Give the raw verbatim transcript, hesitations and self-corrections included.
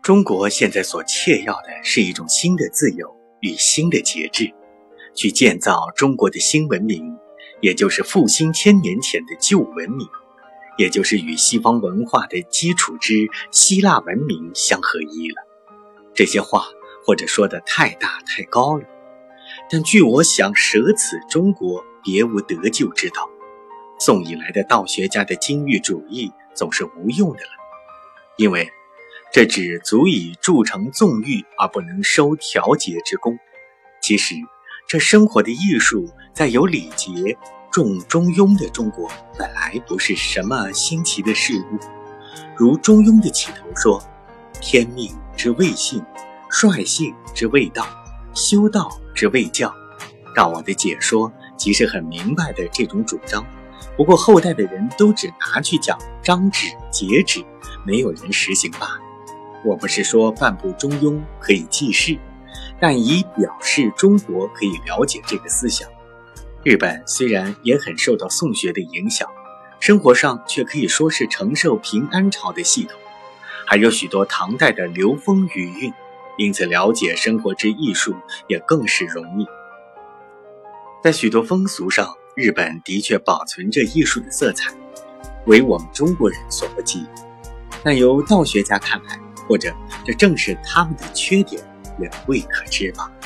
中国现在所切要的是一种新的自由与新的节制，去建造中国的新文明，也就是复兴千年前的旧文明，也就是与西方文化的基础之希腊文明相合一了。这些话或者说的太大太高了，但据我想，舍此中国，别无得救之道。宋以来的道学家的金玉主义总是无用的了，因为这只足以铸成纵欲而不能收调节之功。其实这生活的艺术在有礼节重中庸的中国本来不是什么新奇的事物。如中庸的起头说，天命之谓性，率性之谓道，修道之谓教。照我的解说，即是很明白的这种主张，不过后代的人都只拿去讲章旨节制，没有人实行罢了。我不是说半部中庸可以记事，但以表示中国可以了解这个思想。日本虽然也很受到宋学的影响，生活上却可以说是承受平安朝的系统，还有许多唐代的流风余韵，因此了解生活之艺术也更是容易。在许多风俗上，日本的确保存着艺术的色彩，为我们中国人所不及，但由道学家看来，或者这正是他们的缺点，也未可知吧。